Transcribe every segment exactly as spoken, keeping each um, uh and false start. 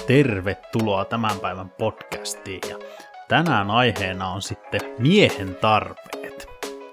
tervetuloa tämän päivän podcastiin. Ja tänään aiheena on sitten miehen tarpeet.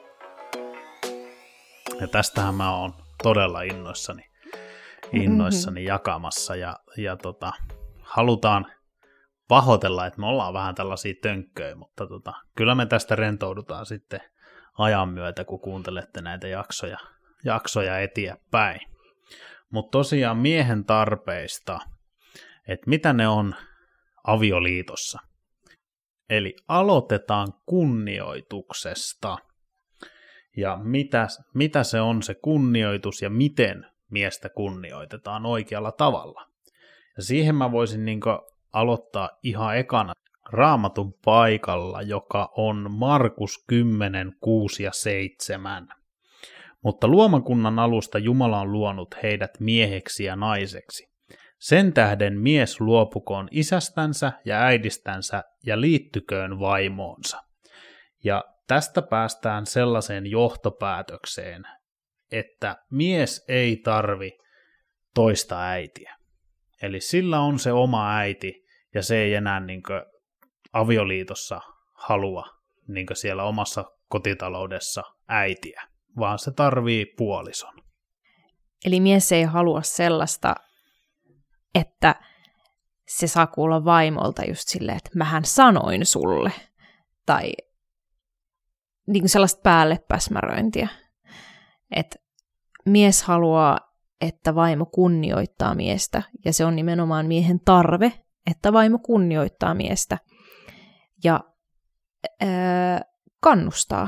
Ja tästähän mä oon todella innoissani, innoissani mm-hmm. jakamassa ja, ja tota, halutaan pahoitella, että me ollaan vähän tällaisia tönkköjä, mutta tota, kyllä me tästä rentoudutaan sitten ajan myötä, kun kuuntelette näitä jaksoja, jaksoja eteenpäin. Mutta tosiaan miehen tarpeista, että mitä ne on avioliitossa. Eli aloitetaan kunnioituksesta. Ja mitä, mitä se on se kunnioitus ja miten miestä kunnioitetaan oikealla tavalla. Ja siihen mä voisin niinku aloittaa ihan ekana Raamatun paikalla, joka on Markus kymmenen, kuusi ja seitsemän. Mutta luomakunnan alusta Jumala on luonut heidät mieheksi ja naiseksi. Sen tähden mies luopukoon isästänsä ja äidistänsä ja liittyköön vaimoonsa. Ja tästä päästään sellaiseen johtopäätökseen, että mies ei tarvi toista äitiä. Eli sillä on se oma äiti ja se ei enää niin kuin avioliitossa halua niin kuin siellä omassa kotitaloudessa äitiä, vaan se tarvii puolison. Eli mies ei halua sellaista, että se saa kuulla vaimolta just silleen, että mähän sanoin sulle. Tai niin kuin sellaista päällepäsmäröintiä. Että mies haluaa, että vaimo kunnioittaa miestä. Ja se on nimenomaan miehen tarve, että vaimo kunnioittaa miestä. Ja ää, kannustaa.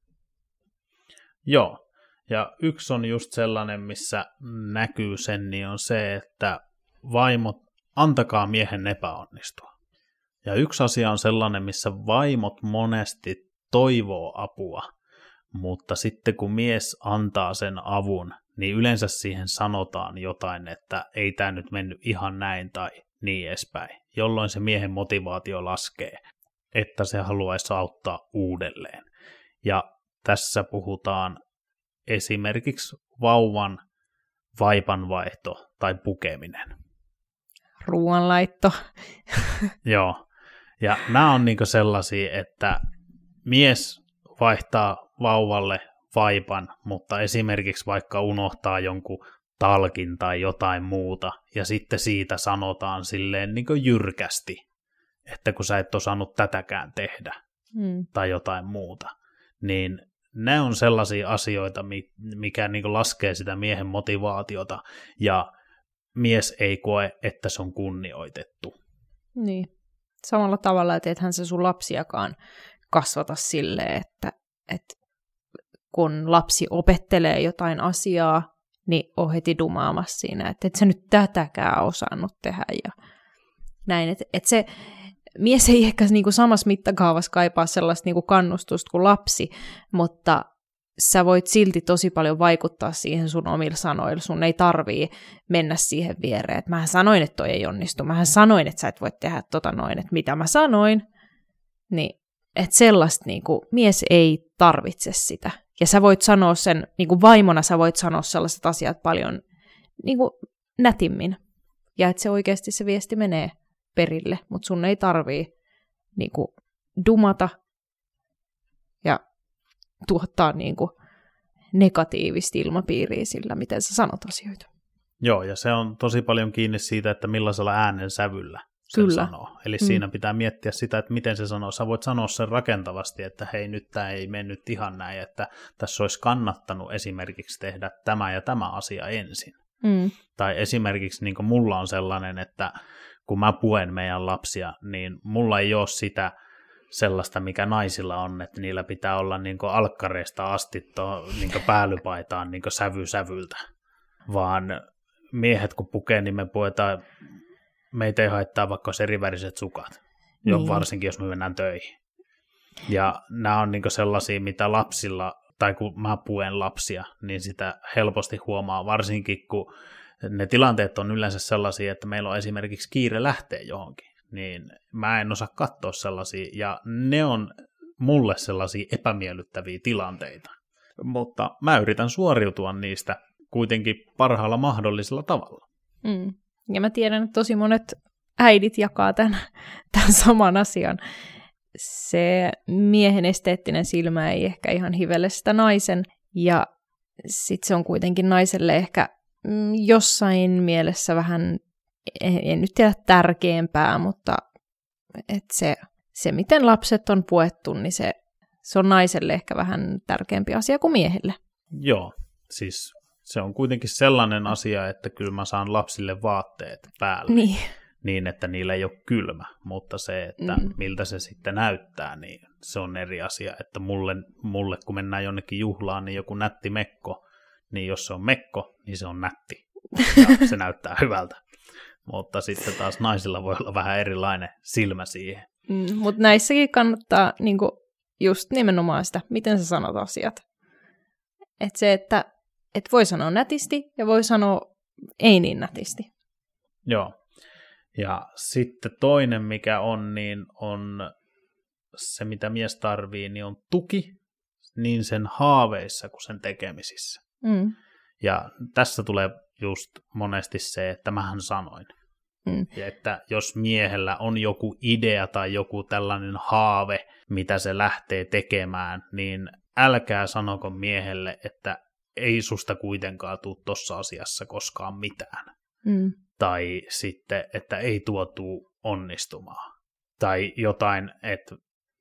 Joo. Ja yksi on just sellainen, missä näkyy sen, niin on se, että vaimot, antakaa miehen epäonnistua. Ja yksi asia on sellainen, missä vaimot monesti toivoo apua, mutta sitten kun mies antaa sen avun, niin yleensä siihen sanotaan jotain, että ei tämä nyt mennyt ihan näin tai niin edespäin, jolloin se miehen motivaatio laskee, että se haluaisi auttaa uudelleen. Ja tässä puhutaan esimerkiksi vauvan vaipanvaihto tai pukeminen. Ruoanlaitto. Joo, ja nämä on niinku sellaisia, että mies vaihtaa vauvalle vaipan, mutta esimerkiksi vaikka unohtaa jonkun talkin tai jotain muuta, ja sitten siitä sanotaan silleen niinku jyrkästi, että kun sä et osannut tätäkään tehdä, mm. tai jotain muuta, niin ne on sellaisia asioita, mikä niinku laskee sitä miehen motivaatiota, ja mies ei koe, että se on kunnioitettu. Niin. Samalla tavalla, että ethän se sun lapsiakaan kasvata silleen, että, että kun lapsi opettelee jotain asiaa, niin on heti dumaamassa siinä, että et sä nyt tätäkään osannut tehdä. Ja näin, että et se mies ei ehkä niinku samassa mittakaavassa kaipaa sellaista niinku kannustusta kuin lapsi, mutta sä voit silti tosi paljon vaikuttaa siihen sun omilla sanoilla. Sun ei tarvii mennä siihen viereen, että mähän sanoin, että toi ei onnistu. Mähän sanoin, että sä et voi tehdä tota noin, että mitä mä sanoin. Niin, että sellaista niinku, mies ei tarvitse sitä. Ja sä voit sanoa sen, niinku vaimona sä voit sanoa sellaiset asiat paljon niinku nätimmin. Ja että se oikeasti se viesti menee perille, mutta sun ei tarvii niinku dumata ja tuottaa niinku negatiivista ilmapiiriä sillä, miten sä sanot asioita. Joo, ja se on tosi paljon kiinni siitä, että millaisella äänen sävyllä sen Kyllä. sanoo. Eli mm. siinä pitää miettiä sitä, että miten se sanoo. Sä voit sanoa sen rakentavasti, että hei, nyt tämä ei mennyt ihan näin, että tässä olisi kannattanut esimerkiksi tehdä tämä ja tämä asia ensin. Mm. Tai esimerkiksi niin kuin mulla on sellainen, että kun mä puen meidän lapsia, niin mulla ei ole sitä sellaista, mikä naisilla on, että niillä pitää olla niin kuin alkkareista asti to, niin kuin päällypaitaan niin kuin sävy sävyltä. Vaan miehet kun pukee, niin me puetaan, meitä ei haittaa vaikka olisi eriväriset sukat, niin. varsinkin jos me mennään töihin. Ja nämä on niin kuin sellaisia, mitä lapsilla, tai kun mä puen lapsia, niin sitä helposti huomaa, varsinkin kun ne tilanteet on yleensä sellaisia, että meillä on esimerkiksi kiire lähteä johonkin. Niin mä en osaa katsoa sellaisia, ja ne on mulle sellaisia epämiellyttäviä tilanteita. Mutta mä yritän suoriutua niistä kuitenkin parhaalla mahdollisella tavalla. Mm. Ja mä tiedän, että tosi monet äidit jakaa tämän, tämän saman asian. Se miehen esteettinen silmä ei ehkä ihan hivele sitä naisen, ja sitten se on kuitenkin naiselle ehkä mm, jossain mielessä vähän, en, en nyt tiedä tärkeämpää, mutta et se, se, miten lapset on puettu, niin se, se on naiselle ehkä vähän tärkeämpi asia kuin miehelle. Joo, siis se on kuitenkin sellainen asia, että kyllä mä saan lapsille vaatteet päälle. Niin. Niin, että niillä ei ole kylmä, mutta se, että mm. miltä se sitten näyttää, niin se on eri asia, että mulle, mulle kun mennään jonnekin juhlaan, niin joku nätti mekko, niin jos se on mekko, niin se on nätti, ja se näyttää hyvältä, mutta sitten taas naisilla voi olla vähän erilainen silmä siihen. Mm, mutta näissäkin kannattaa niinku, just nimenomaan sitä, miten sä sanot asiat. Että se, että et voi sanoa nätisti ja voi sanoa ei niin nätisti. Joo. Ja sitten toinen, mikä on, niin on se, mitä mies tarvii, niin on tuki niin sen haaveissa kuin sen tekemisissä. Mm. Ja tässä tulee just monesti se, että mähän sanoin. Mm. Ja että jos miehellä on joku idea tai joku tällainen haave, mitä se lähtee tekemään, niin älkää sanoko miehelle, että ei susta kuitenkaan tule tuossa asiassa koskaan mitään. Mm. Tai sitten, että ei tuo tuu onnistumaan. Tai jotain, että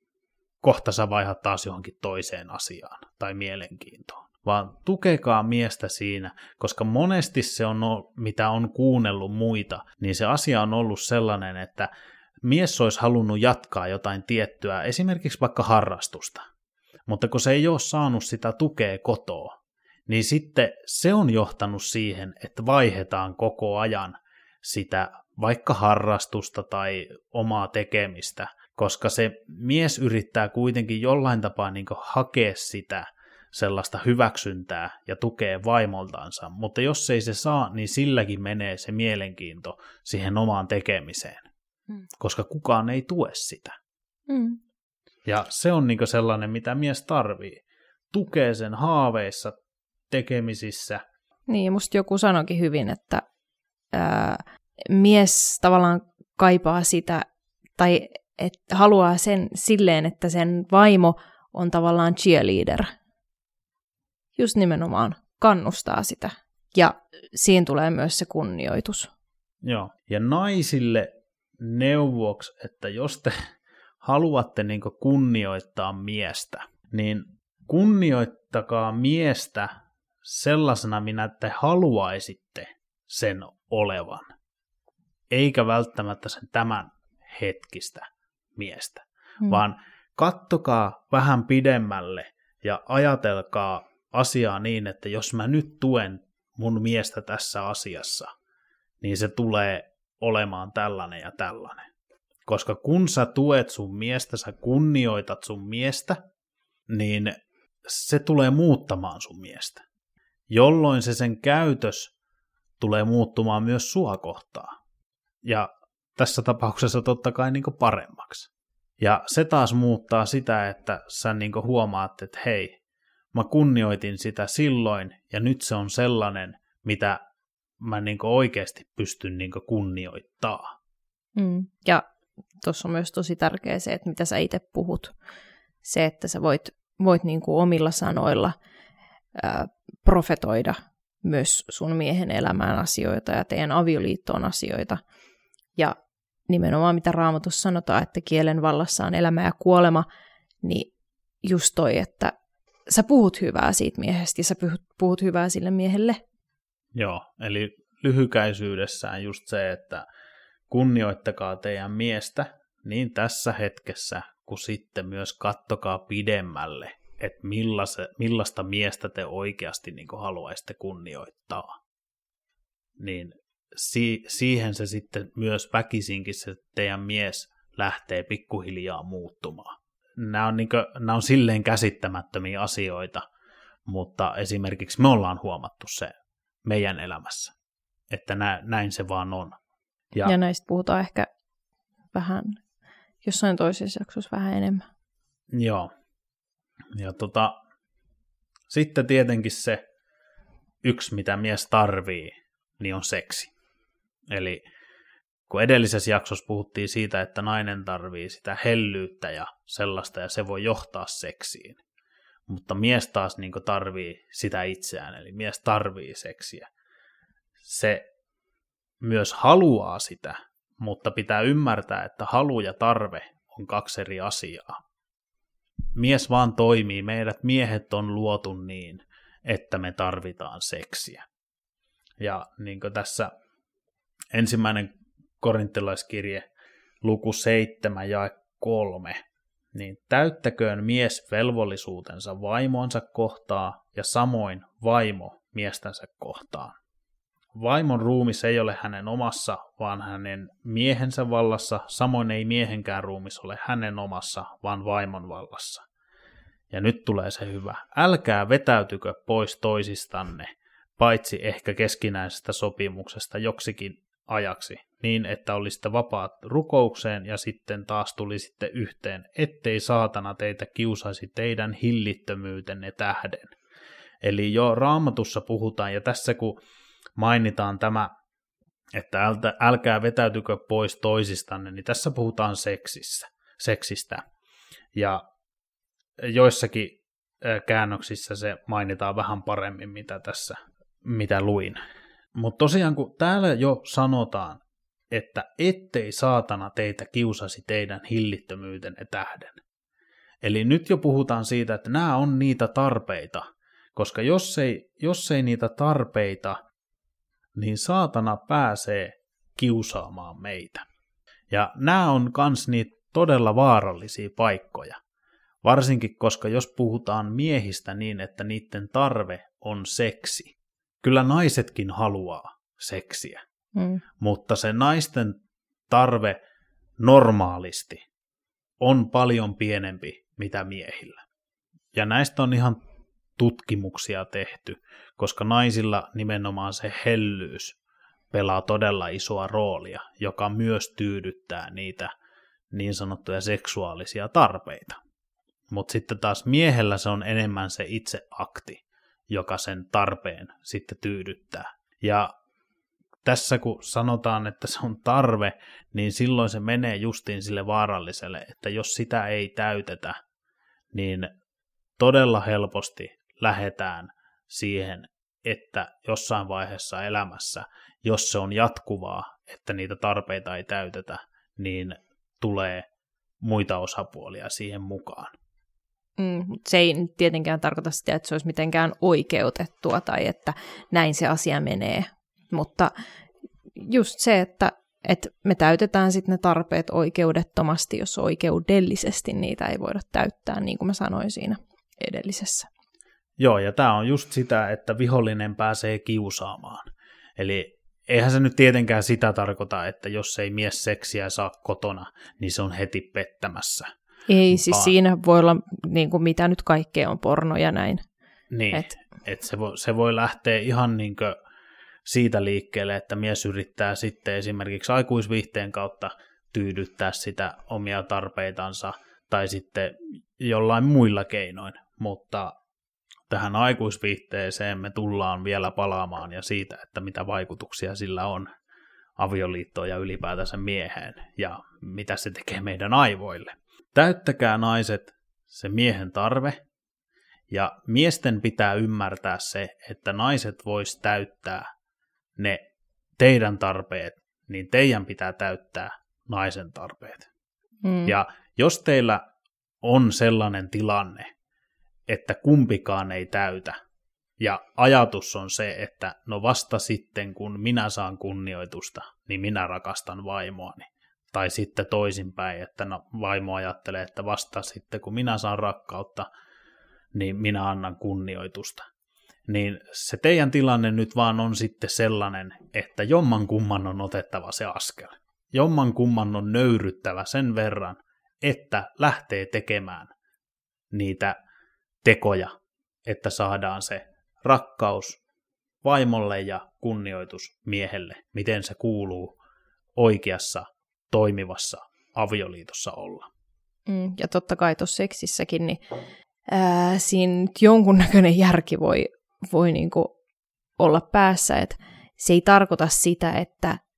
kohta sä vaihdat taas johonkin toiseen asiaan tai mielenkiintoon. Vaan tukekaa miestä siinä, koska monesti se on, mitä on kuunnellut muita, niin se asia on ollut sellainen, että mies olisi halunnut jatkaa jotain tiettyä, esimerkiksi vaikka harrastusta. Mutta kun se ei ole saanut sitä tukea kotoa, niin sitten se on johtanut siihen, että vaihdetaan koko ajan sitä vaikka harrastusta tai omaa tekemistä, koska se mies yrittää kuitenkin jollain tapaa niin kuin hakea sitä sellaista hyväksyntää ja tukea vaimoltansa, mutta jos ei se saa, niin silläkin menee se mielenkiinto siihen omaan tekemiseen, mm. koska kukaan ei tue sitä. Mm. Ja se on niin kuin sellainen, mitä mies tarvii. Tukee sen haaveissa, tekemisissä. Niin, musta joku sanoikin hyvin, että ää, mies tavallaan kaipaa sitä, tai et haluaa sen silleen, että sen vaimo on tavallaan cheerleader. Just nimenomaan kannustaa sitä. Ja siinä tulee myös se kunnioitus. Joo, ja naisille neuvoksi, että jos te haluatte niin kuin kunnioittaa miestä, niin kunnioittakaa miestä sellaisena, minä te haluaisitte sen olevan, eikä välttämättä sen tämän hetkistä miestä, hmm. vaan kattokaa vähän pidemmälle ja ajatelkaa asiaa niin, että jos mä nyt tuen mun miestä tässä asiassa, niin se tulee olemaan tällainen ja tällainen. Koska kun sä tuet sun miestä, sä kunnioitat sun miestä, niin se tulee muuttamaan sun miestä. Jolloin se sen käytös tulee muuttumaan myös sua kohtaan. Ja tässä tapauksessa totta kai niin kuin paremmaksi. Ja se taas muuttaa sitä, että sä niin kuin huomaat, että hei, mä kunnioitin sitä silloin, ja nyt se on sellainen, mitä mä niin kuin oikeasti pystyn niin kuin kunnioittaa. Mm. Ja tuossa on myös tosi tärkeää se, että mitä sä itse puhut. Se, että sä voit, voit niin kuin omilla sanoilla ää, profetoida myös sun miehen elämään asioita ja teidän avioliittoon asioita. Ja nimenomaan mitä Raamatussa sanotaan, että kielen vallassa on elämä ja kuolema, niin just toi, että sä puhut hyvää siitä miehestä ja sä puhut, puhut hyvää sille miehelle. Joo, eli lyhykäisyydessään just se, että kunnioittakaa teidän miestä niin tässä hetkessä, kuin sitten myös kattokaa pidemmälle, että millaista, millaista miestä te oikeasti niin kuin haluaisitte kunnioittaa. Niin si, siihen se sitten myös väkisinkin se teidän mies lähtee pikkuhiljaa muuttumaan. Nämä on, niin kuin, nämä on silleen käsittämättömiä asioita, mutta esimerkiksi me ollaan huomattu se meidän elämässä, että nä, näin se vaan on. Ja, ja näistä puhutaan ehkä vähän, jossain toisessa jaksossa vähän enemmän. Joo. Ja tota, sitten tietenkin se yksi, mitä mies tarvii, niin on seksi. Eli kun edellisessä jaksossa puhuttiin siitä, että nainen tarvii sitä hellyyttä ja sellaista, ja se voi johtaa seksiin. Mutta mies taas niin kuin tarvii sitä itseään, eli mies tarvii seksiä. Se myös haluaa sitä, mutta pitää ymmärtää, että halu ja tarve on kaksi eri asiaa. Mies vaan toimii, meidät miehet on luotu niin, että me tarvitaan seksiä. Ja niin kuin tässä ensimmäinen korintilaiskirje, luku seitsemän ja kolme, niin täyttäköön mies velvollisuutensa vaimonsa kohtaan ja samoin vaimo miestänsä kohtaan. Vaimon ruumis ei ole hänen omassa, vaan hänen miehensä vallassa, samoin ei miehenkään ruumis ole hänen omassa, vaan vaimon vallassa. Ja nyt tulee se hyvä. Älkää vetäytykö pois toisistanne, paitsi ehkä keskinäisestä sopimuksesta joksikin ajaksi, niin että olisitte vapaat rukoukseen ja sitten taas tulisitte yhteen, ettei saatana teitä kiusaisi teidän hillittömyytenne tähden. Eli jo Raamatussa puhutaan, ja tässä kun mainitaan tämä, että älkää vetäytykö pois toisistanne, niin tässä puhutaan seksissä, seksistä. Ja joissakin käännöksissä se mainitaan vähän paremmin, mitä tässä, mitä luin. Mutta tosiaan, kun täällä jo sanotaan, että ettei saatana teitä kiusasi teidän hillittömyytenne tähden. Eli nyt jo puhutaan siitä, että nämä on niitä tarpeita, koska jos ei, jos ei niitä tarpeita, niin saatana pääsee kiusaamaan meitä. Ja nämä on kans niitä todella vaarallisia paikkoja. Varsinkin, koska jos puhutaan miehistä niin, että niiden tarve on seksi. Kyllä naisetkin haluaa seksiä, mm. mutta se naisten tarve normaalisti on paljon pienempi mitä miehillä. Ja näistä on ihan tutkimuksia tehty, koska naisilla nimenomaan se hellyys pelaa todella isoa roolia, joka myös tyydyttää niitä niin sanottuja seksuaalisia tarpeita. Mutta sitten taas miehellä se on enemmän se itse akti, joka sen tarpeen sitten tyydyttää. Ja tässä kun sanotaan, että se on tarve, niin silloin se menee justiin sille vaaralliselle, että jos sitä ei täytetä, niin todella helposti lähdetään siihen, että jossain vaiheessa elämässä, jos se on jatkuvaa, että niitä tarpeita ei täytetä, niin tulee muita osapuolia siihen mukaan. Mm, se ei tietenkään tarkoita sitä, että se olisi mitenkään oikeutettua tai että näin se asia menee, mutta just se, että, että me täytetään sitten ne tarpeet oikeudettomasti, jos oikeudellisesti niitä ei voida täyttää, niin kuin mä sanoin siinä edellisessä. Joo, ja tämä on just sitä, että vihollinen pääsee kiusaamaan. Eli eihän se nyt tietenkään sitä tarkoita, että jos ei mies seksiä saa kotona, niin se on heti pettämässä. Ei, siis vaan siinä voi olla niin kuin mitä nyt kaikkea on porno ja näin. Niin, että et se, voi, se voi lähteä ihan niin kuin siitä liikkeelle, että mies yrittää sitten esimerkiksi aikuisviihteen kautta tyydyttää sitä omia tarpeitansa tai sitten jollain muilla keinoin, mutta tähän aikuisviihteeseen me tullaan vielä palaamaan ja siitä, että mitä vaikutuksia sillä on avioliittoon ja ylipäätänsä mieheen ja mitä se tekee meidän aivoille. Täyttäkää naiset se miehen tarve ja miesten pitää ymmärtää se, että naiset vois täyttää ne teidän tarpeet, niin teidän pitää täyttää naisen tarpeet. Mm. Ja jos teillä on sellainen tilanne, että kumpikaan ei täytä, ja ajatus on se, että no vasta sitten kun minä saan kunnioitusta, niin minä rakastan vaimoani. Tai sitten toisinpäin, että no, vaimo ajattelee, että vasta sitten kun minä saan rakkautta, niin minä annan kunnioitusta. Niin se teidän tilanne nyt vaan on sitten sellainen, että jomman kumman on otettava se askel. Jomman kumman on nöyryttävä sen verran, että lähtee tekemään niitä tekoja, että saadaan se rakkaus vaimolle ja kunnioitus miehelle, miten se kuuluu oikeassa, toimivassa avioliitossa olla. Mm, ja totta kai tuossa seksissäkin, niin ää, siinä jonkunnäköinen järki voi, voi niinku olla päässä, että se ei tarkoita sitä, että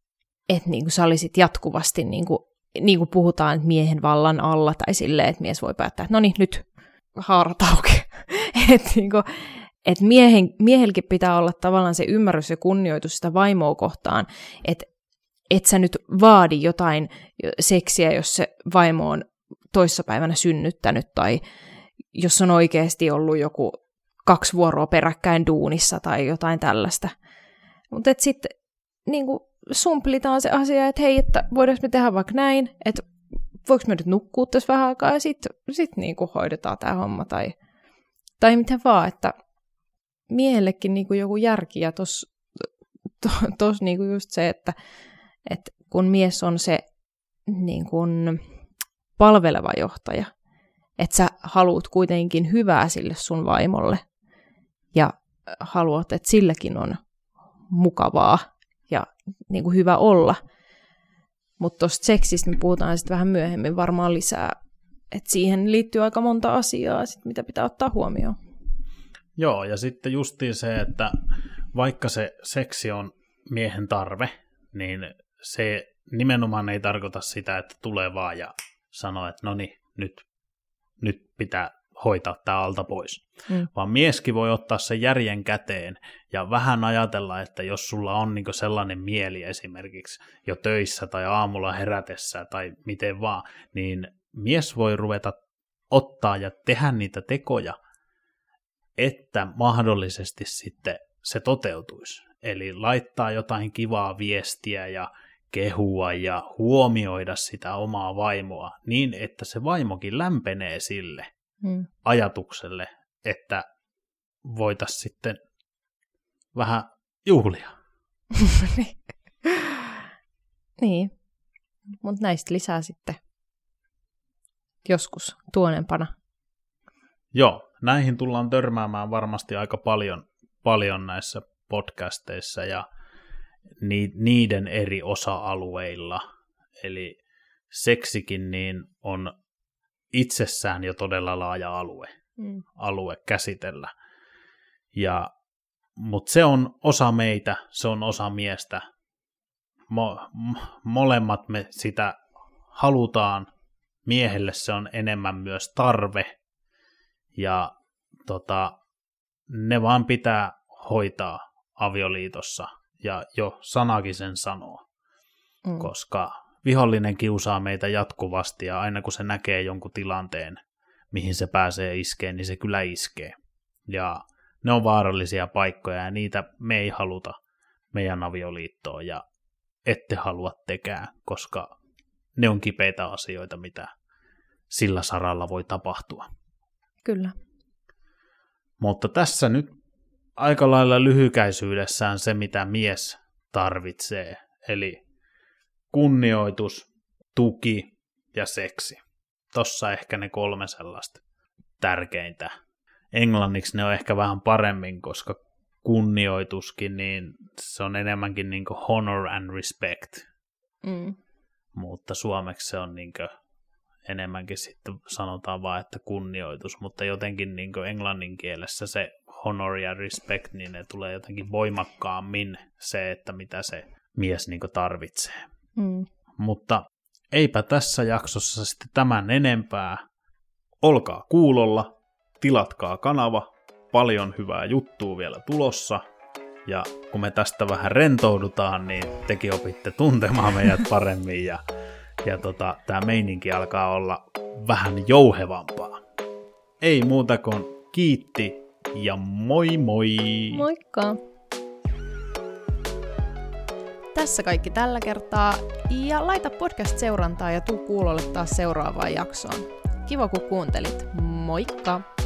että niin kuin sä olisit jatkuvasti, niin kuin, niin kuin puhutaan, että miehen vallan alla, tai silleen, että mies voi päättää, että no niin, nyt haarat auki. Että niin kuin, et miehen, miehelläkin pitää olla tavallaan se ymmärrys ja kunnioitus sitä vaimoa kohtaan, että et sä nyt vaadi jotain seksiä, jos se vaimo on toissapäivänä synnyttänyt, tai jos on oikeasti ollut joku kaksi vuoroa peräkkäin duunissa tai jotain tällaista. Mutta sitten niin sumplitaan se asia, että hei, että voidaanko me tehdä vaikka näin, että voiko me nyt nukkua tässä vähän aikaa, ja sitten sit niin hoidetaan tämä homma, tai, tai miten vaan, että miehellekin niin joku järki, ja tuossa to, tos, niin just se, että, että kun mies on se niin kuin palveleva johtaja, että sä haluat kuitenkin hyvää sille sun vaimolle, ja haluat, että silläkin on mukavaa ja niin kuin hyvä olla. Mutta tuosta seksistä me puhutaan sitten vähän myöhemmin varmaan lisää. Että siihen liittyy aika monta asiaa, sit, mitä pitää ottaa huomioon. Joo, ja sitten justiin se, että vaikka se seksi on miehen tarve, niin se nimenomaan ei tarkoita sitä, että tulee vaan ja sanoo, että no niin, nyt, nyt pitää hoitaa tämä alta pois. Mm. Vaan mieskin voi ottaa sen järjen käteen ja vähän ajatella, että jos sulla on niinku sellainen mieli esimerkiksi jo töissä tai aamulla herätessä tai miten vaan, niin mies voi ruveta ottaa ja tehdä niitä tekoja, että mahdollisesti sitten se toteutuisi. Eli laittaa jotain kivaa viestiä ja kehua ja huomioida sitä omaa vaimoa niin, että se vaimokin lämpenee sille hmm. ajatukselle, että voitaisiin sitten vähän juhlia. Niin, mutta näistä lisää sitten joskus tuonempana. Joo, näihin tullaan törmäämään varmasti aika paljon, paljon näissä podcasteissa ja niiden eri osa-alueilla. Eli seksikin niin on itsessään jo todella laaja alue, mm. alue käsitellä. Ja, mutta se on osa meitä, se on osa miestä. Mo, molemmat me sitä halutaan. Miehelle se on enemmän myös tarve. Ja tota, ne vaan pitää hoitaa avioliitossa. Ja jo sanakin sen sanoo, mm. koska vihollinen kiusaa meitä jatkuvasti ja aina kun se näkee jonkun tilanteen, mihin se pääsee iskeen, niin se kyllä iskee. Ja ne on vaarallisia paikkoja ja niitä me ei haluta meidän avioliittoon ja ette halua tekään, koska ne on kipeitä asioita, mitä sillä saralla voi tapahtua. Kyllä. Mutta tässä nyt aika lailla lyhykäisyydessään se, mitä mies tarvitsee, eli kunnioitus, tuki ja seksi. Tossa ehkä ne kolme sellaista tärkeintä. Englanniksi ne on ehkä vähän paremmin, koska kunnioituskin, niin se on enemmänkin niin kuin honor and respect. Mm. Mutta suomeksi se on niin kuin enemmänkin sitten sanotaan vaan, että kunnioitus, mutta jotenkin niin kuin englannin kielessä se honor ja respect, niin ne tulee jotenkin voimakkaammin se, että mitä se mies niin kuin tarvitsee. Mm. Mutta eipä tässä jaksossa sitten tämän enempää. Olkaa kuulolla, tilatkaa kanava, paljon hyvää juttua vielä tulossa. Ja kun me tästä vähän rentoudutaan, niin tekin opitte tuntemaan meidät paremmin ja, ja tota, tämä meininki alkaa olla vähän jouhevampaa. Ei muuta kuin kiitti ja moi moi! Moikka! Tässä kaikki tällä kertaa, ja laita podcast-seurantaa ja tuu kuulolle taas seuraavaan jaksoon. Kiva kun kuuntelit. Moikka!